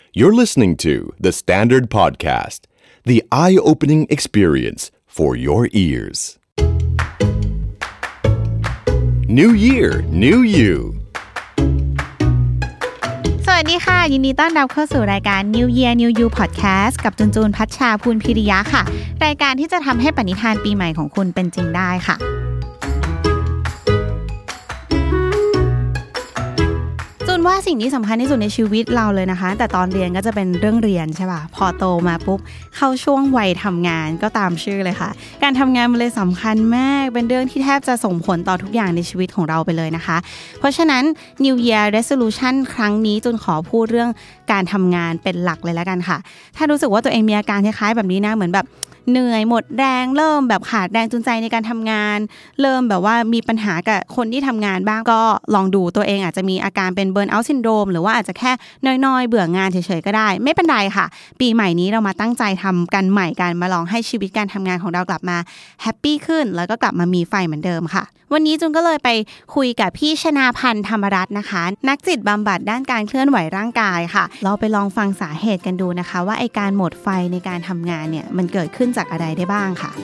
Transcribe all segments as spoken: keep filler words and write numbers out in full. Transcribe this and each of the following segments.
You're listening to The Standard Podcast, the eye-opening experience for your ears. New Year, New You สวัสดีค่ะยินดีต้อนรับเข้าสู่รายการ New Year New You Podcast กับจุนจูนพัชชาภูลพิริยะค่ะรายการที่จะทำให้ปณิธานปีใหม่ของคุณเป็นจริงได้ค่ะจุนว่าสิ่งที่สำคัญที่สุดในชีวิตเราเลยนะคะแต่ตอนเรียนก็จะเป็นเรื่องเรียนใช่ป่ะพอโตมาปุ๊บเข้าช่วงวัยทำงานก็ตามชื่อเลยค่ะการทำงานมันเลยสำคัญมากเป็นเรื่องที่แทบจะส่งผลต่อทุกอย่างในชีวิตของเราไปเลยนะคะเพราะฉะนั้น New Year Resolution ครั้งนี้จุนขอพูดเรื่องการทำงานเป็นหลักเลยแล้วกันค่ะถ้ารู้สึกว่าตัวเองมีอาการคล้ายๆแบบนี้นะเหมือนแบบเหนื่อยหมดแรงเริ่มแบบขาดแรงจูงใจในการทำงานเริ่มแบบว่ามีปัญหากับคนที่ทำงานบ้างก็ลองดูตัวเองอาจจะมีอาการเป็น Burnout Syndrome หรือว่าอาจจะแค่น้อยๆเบื่องานเฉยๆก็ได้ไม่เป็นไรค่ะปีใหม่นี้เรามาตั้งใจทำกันใหม่กันมาลองให้ชีวิตการทำงานของเรากลับมาแฮปปี้ขึ้นแล้วก็กลับมามีไฟเหมือนเดิมค่ะวันนี้จุนก็เลยไปคุยกับพี่ชนาพันธ์ธรรมรัตน์นะคะนักจิตบำบัดด้านการเคลื่อนไหวร่างกายค่ะเราไปลองฟังสาเหตุกันดูนะคะว่าไอ้การหมดไฟในการทำงานเนี่ยมันเกิดขึ้นจากอะไรได้บ้างค่ะ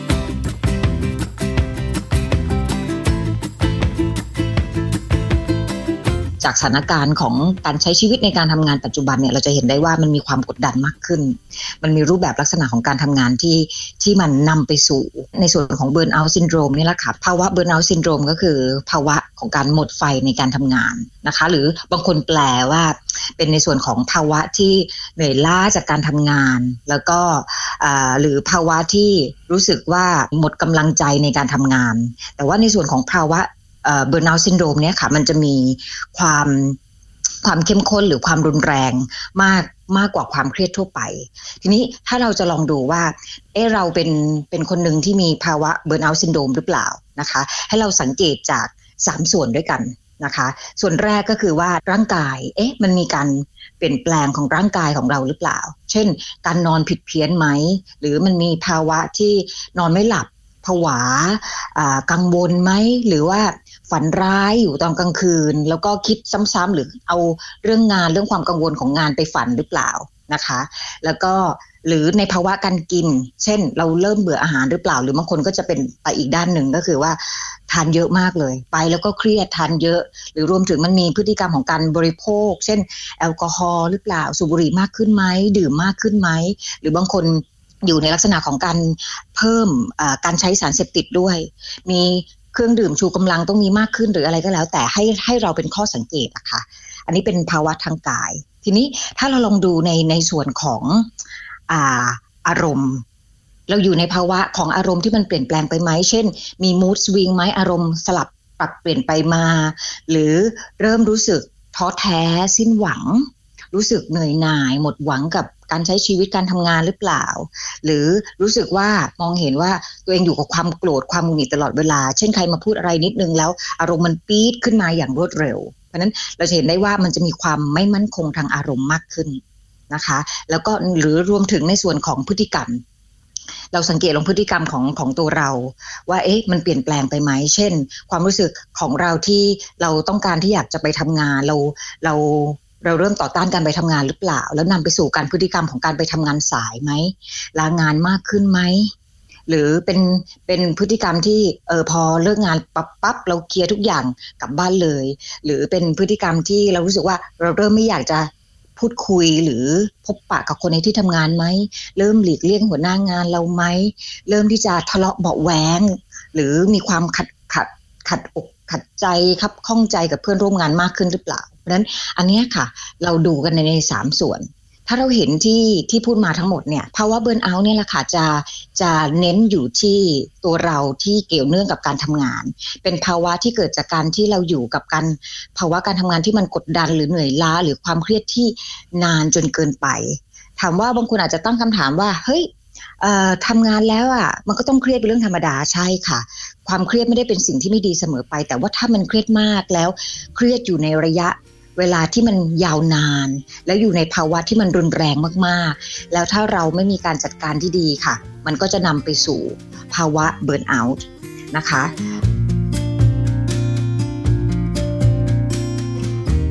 จากสถานการณ์ของการใช้ชีวิตในการทำงานปัจจุบันเนี่ยเราจะเห็นได้ว่ามันมีความกดดันมากขึ้นมันมีรูปแบบลักษณะของการทำงานที่ที่มันนำไปสู่ในส่วนของ Burnout Syndrome นี่แหละค่ะภาวะ Burnout Syndrome ก็คือภาวะของการหมดไฟในการทำงานนะคะหรือบางคนแปลว่าเป็นในส่วนของภาวะที่เหนื่อยล้าจากการทำงานแล้วก็หรือภาวะที่รู้สึกว่าหมดกำลังใจในการทำงานแต่ว่าในส่วนของภาวะเอ่อ Burnout Syndrome เนี่ยค่ะมันจะมีความความเข้มข้นหรือความรุนแรงมากมากกว่าความเครียดทั่วไปทีนี้ถ้าเราจะลองดูว่าเอ๊ะเราเป็นเป็นคนหนึ่งที่มีภาวะ Burnout Syndrome หรือเปล่านะคะให้เราสังเกตจากสามส่วนด้วยกันนะคะส่วนแรกก็คือว่าร่างกายเอ๊ะมันมีการเปลี่ยนแปลงของร่างกายของเราหรือเปล่าเช่นการนอนผิดเพี้ยนไหมหรือมันมีภาวะที่นอนไม่หลับผวากังวลไหมหรือว่าฝันร้ายอยู่ตอนกลางคืนแล้วก็คิดซ้ำๆหรือเอาเรื่องงานเรื่องความกังวลของงานไปฝันหรือเปล่านะคะแล้วก็หรือในภาวะการกินเช่นเราเริ่มเบื่ออาหารหรือเปล่าหรือบางคนก็จะเป็นไปอีกด้านหนึ่งก็คือว่าทานเยอะมากเลยไปแล้วก็เครียดทานเยอะหรือรวมถึงมันมีพฤติกรรมของการบริโภคเช่นแอลกอฮอล์หรือเปล่าสูบบุหรี่มากขึ้นไหมดื่มมากขึ้นไหมหรือบางคนอยู่ในลักษณะของการเพิ่มการใช้สารเสพติดด้วยมีเครื่องดื่มชูกำลังต้องมีมากขึ้นหรืออะไรก็แล้วแต่ให้ให้เราเป็นข้อสังเกตอะค่ะอันนี้เป็นภาวะทางกายทีนี้ถ้าเราลองดูในในส่วนของอ่าอารมณ์เราอยู่ในภาวะของอารมณ์ที่มันเปลี่ยนแปลงไปไหมเช่นมี mood swing ไหมอารมณ์สลับปรับเปลี่ยนไปมาหรือเริ่มรู้สึกท้อแท้สิ้นหวังรู้สึกเหนื่อยหน่ายหมดหวังกับการใช้ชีวิตการทำงานหรือเปล่าหรือรู้สึกว่ามองเห็นว่าตัวเองอยู่กับความโกรธความหงุดหงิดตลอดเวลาเช่นใครมาพูดอะไรนิดนึงแล้วอารมณ์มันปี๊ดขึ้นมาอย่างรวดเร็วเพราะนั้นเราจะเห็นได้ว่ามันจะมีความไม่มั่นคงทางอารมณ์มากขึ้นนะคะแล้วก็หรือรวมถึงในส่วนของพฤติกรรมเราสังเกตลงพฤติกรรมของของตัวเราว่าเอ๊ะมันเปลี่ยนแปลงไปไหมเช่นความรู้สึกของเราที่เราต้องการที่อยากจะไปทำงานเราเราเราเริ่มต่อต้านการไปทำงานหรือเปล่าแล้วนำไปสู่การพฤติกรรมของการไปทำงานสายไหมลางานมากขึ้นไหมหรือเป็นเป็นพฤติกรรมที่เออพอเลิกงานปั๊บปั๊บเราเคลียร์ทุกอย่างกลับบ้านเลยหรือเป็นพฤติกรรมที่เรารู้สึกว่าเราเริ่มไม่อยากจะพูดคุยหรือพบปะกับคนในที่ทำงานไหมเริ่มหลีกเลี่ยงหัวหน้างานเราไหมเริ่มที่จะทะเลาะเบาะแว้งหรือมีความขัดขัดขัดอกขัดใจครับข้องใจกับเพื่อนร่วมงานมากขึ้นหรือเปล่าเพราะฉะนั้นอันนี้ค่ะเราดูกันในในสามส่วนถ้าเราเห็นที่ที่พูดมาทั้งหมดเนี่ยภาวะเบิร์นเอาท์เนี่ยแหละค่ะจะจะเน้นอยู่ที่ตัวเราที่เกี่ยวเนื่องกับการทำงานเป็นภาวะที่เกิดจากการที่เราอยู่กับการภาวะการทำงานที่มันกดดันหรือเหนื่อยล้าหรือความเครียดที่นานจนเกินไปถามว่าบางคนอาจจะตั้งคำถามว่าเฮ้ยเอ่อทำงานแล้วอ่ะมันก็ต้องเครียดเป็นเรื่องธรรมดาใช่ค่ะความเครียดไม่ได้เป็นสิ่งที่ไม่ดีเสมอไปแต่ว่าถ้ามันเครียดมากแล้วเครียดอยู่ในระยะเวลาที่มันยาวนานแล้วอยู่ในภาวะที่มันรุนแรงมากๆแล้วถ้าเราไม่มีการจัดการที่ดีค่ะมันก็จะนำไปสู่ภาวะเบิร์นเอาท์นะคะหลัง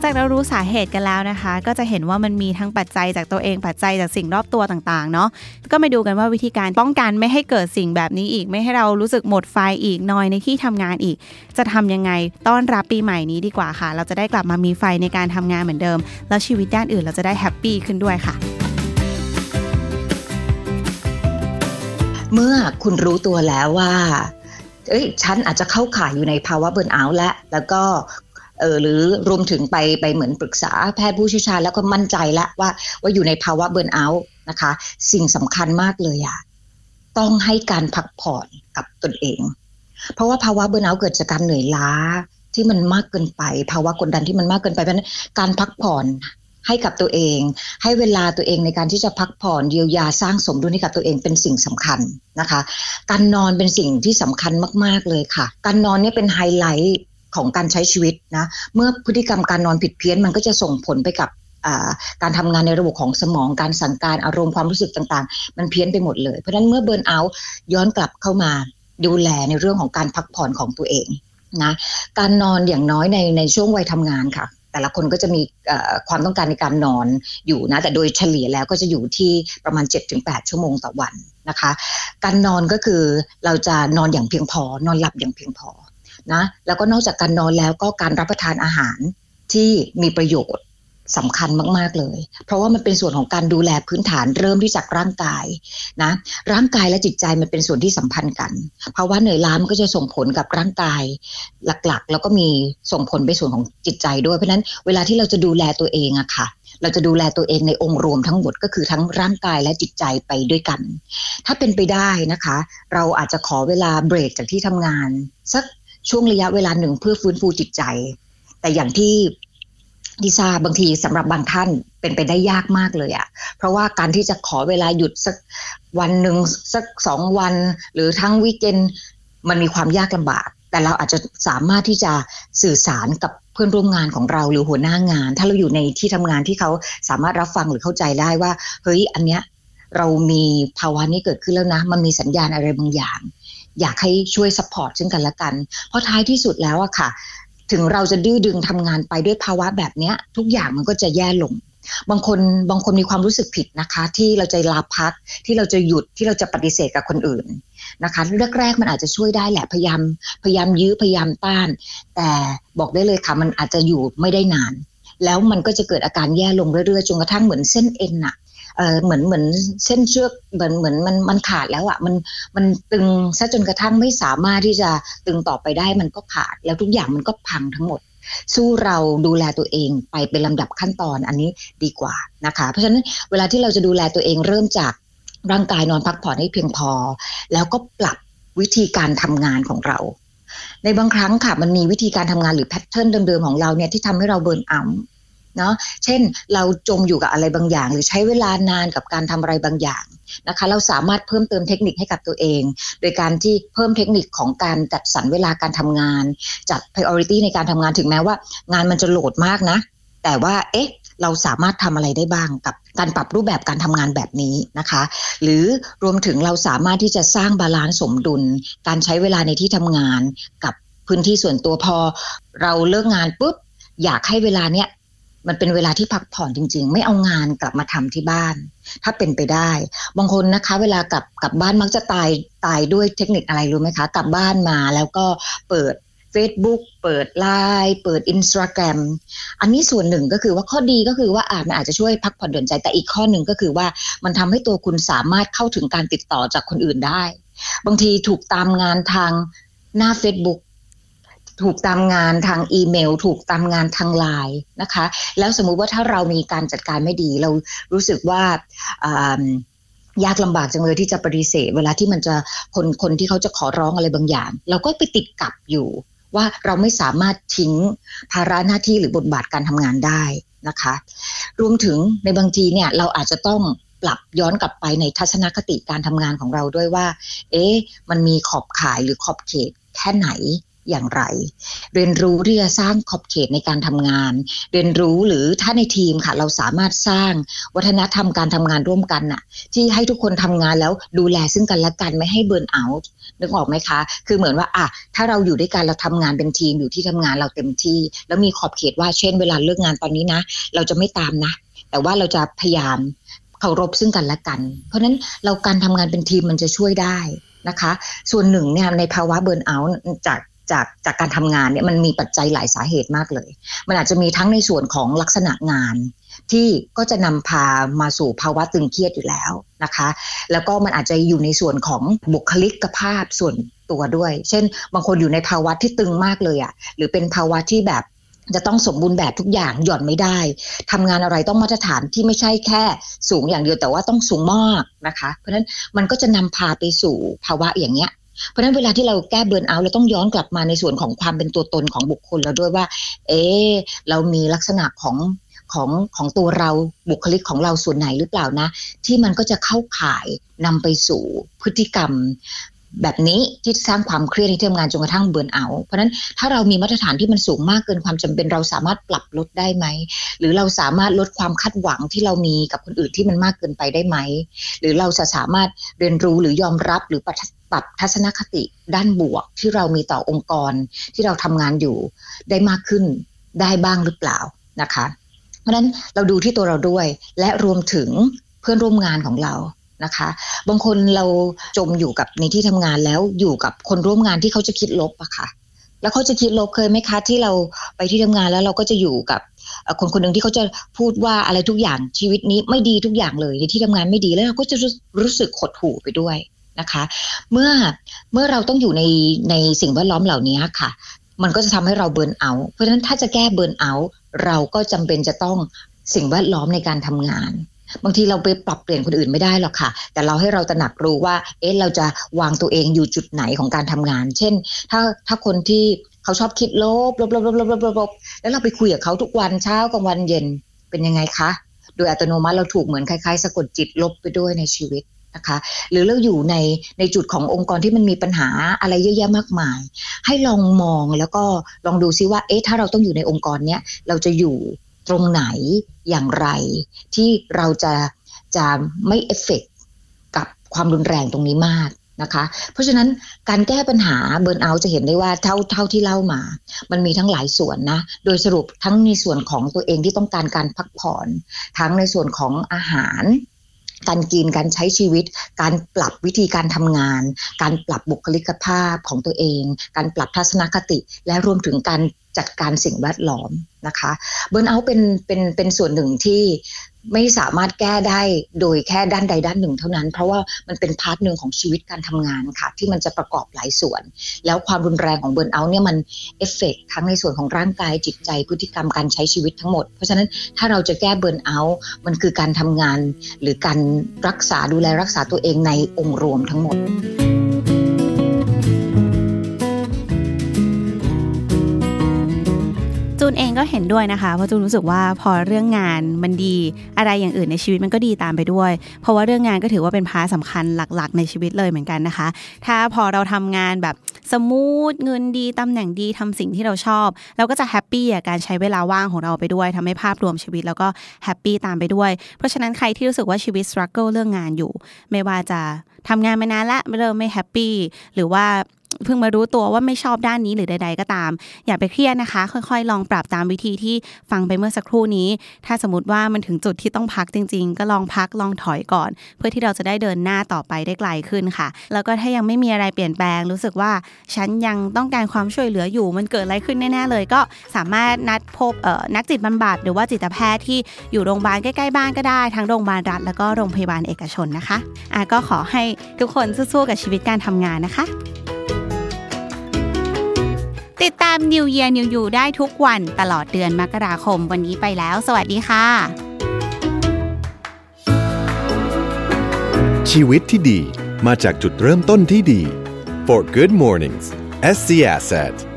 จากเรารู้สาเหตุกันแล้วนะคะก็จะเห็นว่ามันมีทั้งปัจจัยจากตัวเองปัจจัยจากสิ่งรอบตัวต่างๆเนาะก็มาดูกันว่าวิธีการป้องกันไม่ให้เกิดสิ่งแบบนี้อีกไม่ให้เรารู้สึกหมดไฟอีกนอยในที่ทำงานอีกจะทำยังไงต้อนรับปีใหม่นี้ดีกว่าค่ะเราจะได้กลับมามีไฟในการทำงานเหมือนเดิมแล้วชีวิตด้านอื่นเราจะได้แฮปปี้ขึ้นด้วยค่ะเมื่อคุณรู้ตัวแล้วว่าเอ้ยฉันอาจจะเข้าข่ายอยู่ในภาวะเบิร์นเอาท์แล้วแล้วก็เออหรือรวมถึงไปไปเหมือนปรึกษาแพทย์ผู้เชี่ยวชาญแล้วก็มั่นใจแล้วว่าว่าอยู่ในภาวะเบิร์นเอาท์นะคะสิ่งสำคัญมากเลยอ่ะต้องให้การพักผ่อนกับตนเองเพราะว่าภาวะเบิร์นเอาท์เกิดจากการเหนื่อยล้าที่มันมากเกินไปภาวะกดดันที่มันมากเกินไปเพราะฉะนั้นการพักผ่อนให้กับตัวเองให้เวลาตัวเองในการที่จะพักผ่อนเยียวยาสร้างสมดุลให้กับตัวเองเป็นสิ่งสำคัญนะคะการนอนเป็นสิ่งที่สำคัญมากๆเลยค่ะการนอนเนี่ยเป็นไฮไลท์ของการใช้ชีวิตนะเมื่อพฤติกรรมการนอนผิดเพี้ยนมันก็จะส่งผลไปกับการทำงานในระบบของสมองการสั่งการอารมณ์ความรู้สึกต่างๆมันเพี้ยนไปหมดเลยเพราะฉะนั้นเมื่อเบิร์นเอาท์ย้อนกลับเข้ามาดูแลในเรื่องของการพักผ่อนของตัวเองนะการนอนอย่างน้อยในในช่วงวัยทำงานค่ะแต่ละคนก็จะมีความต้องการในการนอนอยู่นะแต่โดยเฉลี่ยแล้วก็จะอยู่ที่ประมาณ เจ็ดถึงแปด ชั่วโมงต่อวันนะคะการนอนก็คือเราจะนอนอย่างเพียงพอนอนหลับอย่างเพียงพอนะแล้วก็นอกจากการนอนแล้วก็การรับประทานอาหารที่มีประโยชน์สำคัญมากๆเลยเพราะว่ามันเป็นส่วนของการดูแลพื้นฐานเริ่มที่จากร่างกายนะร่างกายและจิตใจมันเป็นส่วนที่สัมพันธ์กันเพราะว่าเหนื่อยล้ามันก็จะส่งผลกับร่างกายหลักๆแล้วก็มีส่งผลไปส่วนของจิตใจด้วยเพราะฉะนั้นเวลาที่เราจะดูแลตัวเองอะค่ะเราจะดูแลตัวเองในองค์รวมทั้งหมดก็คือทั้งร่างกายและจิตใจไปด้วยกันถ้าเป็นไปได้นะคะเราอาจจะขอเวลาเบรกจากที่ทำงานสักช่วงระยะเวลาหนึ่งเพื่อฟื้นฟูจิตใจแต่อย่างที่ดิซาบางทีสำหรับบางท่านเป็นไปได้ยากมากเลยอะเพราะว่าการที่จะขอเวลาหยุดสักวันหนึ่งสักสองวันหรือทั้งวีคเอนด์มันมีความยากลำบากแต่เราอาจจะสามารถที่จะสื่อสารกับเพื่อนร่วมงานของเราหรือหัวหน้างานถ้าเราอยู่ในที่ทำงานที่เขาสามารถรับฟังหรือเข้าใจได้ว่าเฮ้ยอันเนี้ยเรามีภาวะนี้เกิดขึ้นแล้วนะมันมีสัญญาณอะไรบางอย่างอยากให้ช่วยซัพพอร์ตซึ่งกันและกันเพราะท้ายที่สุดแล้วอะค่ะถึงเราจะดื้อดึงทำงานไปด้วยภาวะแบบนี้ทุกอย่างมันก็จะแย่ลงบางคนบางคนมีความรู้สึกผิดนะคะที่เราจะลาพักที่เราจะหยุดที่เราจะปฏิเสธกับคนอื่นนะคะแรกๆมันอาจจะช่วยได้แหละพยายามพยายามยื้อพยายามต้านแต่บอกได้เลยค่ะมันอาจจะอยู่ไม่ได้นานแล้วมันก็จะเกิดอาการแย่ลงเรื่อยๆจนกระทั่งเหมือนเส้นเอ็นอะเออเหมือนเหมือนเส้นเชือกเหมือนเหมือนมันมันขาดแล้วอ่ะมันมันตึงซะจนกระทั่งไม่สามารถที่จะตึงต่อไปได้มันก็ขาดแล้วทุกอย่างมันก็พังทั้งหมดสู้เราดูแลตัวเองไปเป็นลำดับขั้นตอนอันนี้ดีกว่านะคะเพราะฉะนั้นเวลาที่เราจะดูแลตัวเองเริ่มจากร่างกายนอนพักผ่อนให้เพียงพอแล้วก็ปรับวิธีการทำงานของเราในบางครั้งค่ะมันมีวิธีการทำงานหรือแพทเทิร์นเดิมๆของเราเนี่ยที่ทำให้เราเบิร์นเอาท์เนาะเช่นเราจมอยู่กับอะไรบางอย่างหรือใช้เวลานานกับการทำอะไรบางอย่างนะคะเราสามารถเพิ่มเติมเทคนิคให้กับตัวเองโดยการที่เพิ่มเทคนิคของการจัดสรรเวลาการทำงานจัด priority ในการทำงานถึงแม้ว่างานมันจะโหลดมากนะแต่ว่าเอ๊ะเราสามารถทำอะไรได้บ้างกับการปรับรูปแบบการทำงานแบบนี้นะคะหรือรวมถึงเราสามารถที่จะสร้างบาลานซ์สมดุลการใช้เวลาในที่ทำงานกับพื้นที่ส่วนตัวพอเราเลิกงานปุ๊บอยากให้เวลาเนี้ยมันเป็นเวลาที่พักผ่อนจริงๆไม่เอางานกลับมาทำที่บ้านถ้าเป็นไปได้บางคนนะคะเวลากลับกลับบ้านมักจะตายตายด้วยเทคนิคอะไรรู้ไหมคะกลับบ้านมาแล้วก็เปิด Facebook เปิด ไลน์ เปิด Instagram อันนี้ส่วนหนึ่งก็คือว่าข้อดีก็คือว่าอาจมันอาจจะช่วยพักผ่อนหย่อนใจแต่อีกข้อหนึ่งก็คือว่ามันทำให้ตัวคุณสามารถเข้าถึงการติดต่อจากคนอื่นได้บางทีถูกตามงานทางหน้า Facebookถูกตามงานทางอีเมลถูกตามงานทาง ไลน์ นะคะแล้วสมมุติว่าถ้าเรามีการจัดการไม่ดีเรารู้สึกว่ายากลำบากจังเลยที่จะปฏิเสธเวลาที่มันจะคนคนที่เขาจะขอร้องอะไรบางอย่างเราก็ไปติดกับอยู่ว่าเราไม่สามารถทิ้งภาระหน้าที่หรือบทบาทการทำงานได้นะคะรวมถึงในบางทีเนี่ยเราอาจจะต้องปรับย้อนกลับไปในทัศนคติการทำงานของเราด้วยว่าเอ๊ะมันมีขอบข่ายหรือขอบเขตแค่ไหนอย่างไรเรียนรู้ที่จะสร้างขอบเขตในการทำงานเรียนรู้หรือถ้าในทีมค่ะเราสามารถสร้างวัฒนธรรมการทำงานร่วมกันน่ะที่ให้ทุกคนทำงานแล้วดูแลซึ่งกันและกันไม่ให้เบิร์นเอาท์นึกออกไหมคะคือเหมือนว่าอ่ะถ้าเราอยู่ด้วยกันเราทำงานเป็นทีมอยู่ที่ทำงานเราเต็มที่แล้วมีขอบเขตว่าเช่นเวลาเลิกงานตอนนี้นะเราจะไม่ตามนะแต่ว่าเราจะพยายามเคารพซึ่งกันและกันเพราะฉะนั้นเราการทำงานเป็นทีมมันจะช่วยได้นะคะส่วนหนึ่งเนี่ยในภาวะเบิร์นเอาท์จากจากจากการทำงานเนี่ยมันมีปัจจัยหลายสาเหตุมากเลยมันอาจจะมีทั้งในส่วนของลักษณะงานที่ก็จะนำพามาสู่ภาวะตึงเครียดอยู่แล้วนะคะแล้วก็มันอาจจะอยู่ในส่วนของบุคลิกภาพส่วนตัวด้วยเช่นบางคนอยู่ในภาวะที่ตึงมากเลยอ่ะหรือเป็นภาวะที่แบบจะต้องสมบูรณ์แบบทุกอย่างหย่อนไม่ได้ทำงานอะไรต้องมาตรฐานที่ไม่ใช่แค่สูงอย่างเดียวแต่ว่าต้องสูงมากนะคะเพราะฉะนั้นมันก็จะนำพาไปสู่ภาวะอย่างเงี้ยเพราะฉะนั้นเวลาที่เราแก้เบิร์นเอาท์เราต้องย้อนกลับมาในส่วนของความเป็นตัวตนของบุคคลแล้วด้วยว่าเอ๊ะเรามีลักษณะของของของตัวเราบุคลิกของเราส่วนไหนหรือเปล่านะที่มันก็จะเข้าข่ายนำไปสู่พฤติกรรมแบบนี้ที่สร้างความเครียดในที่ทำงานจนกระทั่งเบิร์นเอาท์เพราะฉะนั้นถ้าเรามีมาตรฐานที่มันสูงมากเกินความจำเป็นเราสามารถปรับลดได้ไหมหรือเราสามารถลดความคาดหวังที่เรามีกับคนอื่นที่มันมากเกินไปได้ไหมหรือเราจะสามารถเรียนรู้หรือยอมรับหรือปรับทัศนคติด้านบวกที่เรามีต่อองค์กรที่เราทำงานอยู่ได้มากขึ้นได้บ้างหรือเปล่านะคะเพราะฉะนั้นเราดูที่ตัวเราด้วยและรวมถึงเพื่อนร่วมงานของเรานะคะบางคนเราจมอยู่กับในที่ทำงานแล้วอยู่กับคนร่วมงานที่เขาจะคิดลบอะค่ะแล้วเขาจะคิดลบเคยไหมคะที่เราไปที่ทำงานแล้วเราก็จะอยู่กับคนคนหนึ่งที่เขาจะพูดว่าอะไรทุกอย่างชีวิตนี้ไม่ดีทุกอย่างเลยในที่ทำงานไม่ดีแล้วเราก็จะรู้สึกหดหู่ไปด้วยนะคะเมื่อเมื่อเราต้องอยู่ในในสิ่งแวดล้อมเหล่านี้ค่ะมันก็จะทำให้เราเบิร์นเอาท์เพราะฉะนั้นถ้าจะแก้เบิร์นเอาท์เราก็จำเป็นจะต้องสิ่งแวดล้อมในการทำงานบางทีเราไปปรับเปลี่ยนคนอื่นไม่ได้หรอกค่ะแต่เราให้เราตระหนักรู้ว่าเอ๊ะเราจะวางตัวเองอยู่จุดไหนของการทำงานเช่นถ้าถ้าคนที่เขาชอบคิดลบลบลบลบลบลบลบแล้วเราไปคุยกับเขาทุกวันเช้ากลางวันเย็นเป็นยังไงคะโดยอัตโนมัติเราถูกเหมือนคล้ายๆสะกดจิตลบไปด้วยในชีวิตนะคะหรือเราอยู่ในในจุดขององค์กรที่มันมีปัญหาอะไรเยอะแยะมากมายให้ลองมองแล้วก็ลองดูซิว่าเอ๊ะถ้าเราต้องอยู่ในองค์กรเนี้ยเราจะอยู่ตรงไหนอย่างไรที่เราจะจะไม่เอฟเฟกต์กับความรุนแรงตรงนี้มากนะคะเพราะฉะนั้นการแก้ปัญหาเบิร์นเอาท์จะเห็นได้ว่าเท่าเท่าที่เล่ามามันมีทั้งหลายส่วนนะโดยสรุปทั้งในส่วนของตัวเองที่ต้องการการพักผ่อนทั้งในส่วนของอาหารการกินการใช้ชีวิตการปรับวิธีการทำงานการปรับบุคลิกภาพของตัวเองการปรับทัศนคติและรวมถึงการจัดการสิ่งแวดล้อมนะคะเบิร์นเอาท์เป็นเป็นเป็นส่วนหนึ่งที่ไม่สามารถแก้ได้โดยแค่ด้านใดด้านหนึ่งเท่านั้นเพราะว่ามันเป็นพาร์ทหนึ่งของชีวิตการทำงานค่ะที่มันจะประกอบหลายส่วนแล้วความรุนแรงของเบิร์นเอาท์เนี่ยมันเอฟเฟกต์ทั้งในส่วนของร่างกายจิตใจพฤติกรรมการใช้ชีวิตทั้งหมดเพราะฉะนั้นถ้าเราจะแก้เบิร์นเอาท์มันคือการทำงานหรือการรักษาดูแลรักษาตัวเองในองค์รวมทั้งหมดจูนเองก็เห็นด้วยนะคะเพราะจูนรู้สึกว่าพอเรื่องงานมันดีอะไรอย่างอื่นในชีวิตมันก็ดีตามไปด้วยเพราะว่าเรื่องงานก็ถือว่าเป็นพาร์ทสำคัญหลักๆในชีวิตเลยเหมือนกันนะคะถ้าพอเราทำงานแบบสมูทเงินดีตำแหน่งดีทำสิ่งที่เราชอบเราก็จะแฮปปี้กับการใช้เวลาว่างของเราไปด้วยทำให้ภาพรวมชีวิตแล้วก็แฮปปี้ตามไปด้วยเพราะฉะนั้นใครที่รู้สึกว่าชีวิตสตรักเกิลเรื่องงานอยู่ไม่ว่าจะทำงานมานานละเริ่มไม่แฮปปี้หรือว่าเพิ่งมารู้ตัวว่าไม่ชอบด้านนี้หรือใดๆก็ตามอย่าไปเครียดนะคะค่อยๆลองปรับตามวิธีที่ฟังไปเมื่อสักครู่นี้ถ้าสมมติว่ามันถึงจุดที่ต้องพักจริงๆก็ลองพักลองถอยก่อนเพื่อที่เราจะได้เดินหน้าต่อไปได้ไกลขึ้นค่ะแล้วก็ถ้ายังไม่มีอะไรเปลี่ยนแปลงรู้สึกว่าฉันยังต้องการความช่วยเหลืออยู่มันเกิดอะไรขึ้นแน่ๆเลยก็สามารถนัดพบเอ่อนักจิตบำบัดหรือว่าจิตแพทย์ที่อยู่โรงพยาบาลใกล้ๆบ้านก็ได้ทั้งโรงพยาบาลรัฐแล้วก็โรงพยาบาลเอกชนนะคะอ่ะก็ขอให้ทุกคนสู้ๆกับชีวิตการทำงานนะคะติดตาม New Year New You ได้ทุกวันตลอดเดือนมกราคมวันนี้ไปแล้วสวัสดีค่ะชีวิตที่ดีมาจากจุดเริ่มต้นที่ดี For Good Mornings เอส ซี Asset